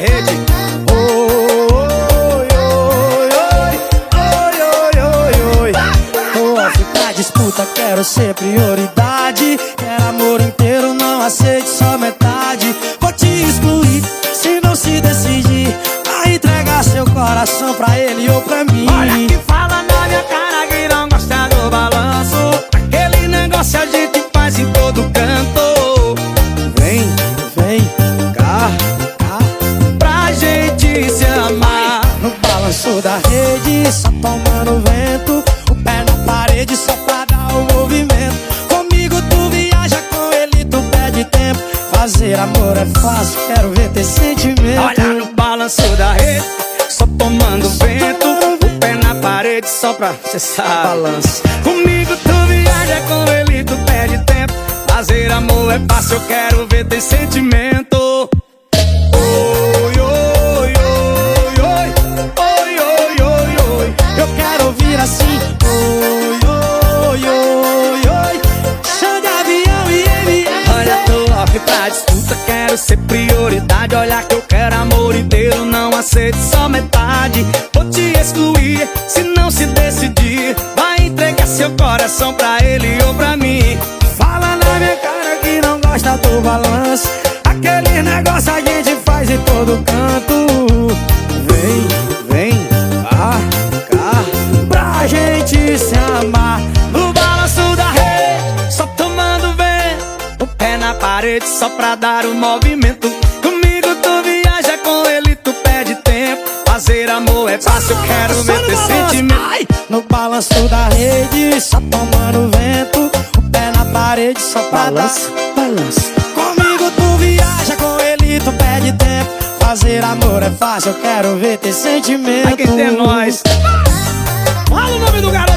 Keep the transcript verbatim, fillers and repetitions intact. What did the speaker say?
rede. Oi, oi, oi, oi, oi, oi, oi. Tô off pra disputa, quero ser prioridade. Quero amor inteiro, não aceite só metade. Vou te excluir se não se decidir a entregar seu coração pra ele ou pra mim. Olha que fala na minha cara que não gosta do balanço. Aquele negócio a gente faz em todo canto. Vem, vem, cá, cá, pra gente se amar. no balanço da rede, só tomando vento. O pé na parede só pra dar o movimento. Comigo tu viaja, com ele tu perde tempo. Fazer amor é fácil, quero ver ter sentimento. Olha no balanço da rede, só tomando vento. O pé na parede só pra cê sabe. Balanço. Comigo tu viaja, com ele tu perde tempo. Fazer amor é fácil, eu quero ver ter sentimento. Oi, oi, oi, oi, oi, oi, oi, oi. Eu quero ouvir assim. Oi, oi, oi, oi. Chão de avião e M S. Olha, tô off pra disputa, quero ser prioridade. Olha que eu quero amor inteiro, não aceito só metade. Vou te excluir se não se decidir. Vai entregar seu coração pra ele ou pra mim. Fala na minha cara que não gosta do balanço. Aquele negócio a gente faz em todo canto. Vem, vem, cá, cá, pra gente se amar. No balanço da rede, só tomando vento. O pé na parede só pra dar o movimento. Comigo tu viaja, com ele tu perde tempo. Fazer amor é fácil, eu quero ver ter sentimento. Ai, no balanço da rede, só tomando vento. O pé na parede só pra Balança, dar. balança. Comigo tu viaja, com ele tu perde tempo. Fazer amor é fácil, eu quero ver ter sentimento. Ai, quem tem nós. Fala o nome do garoto.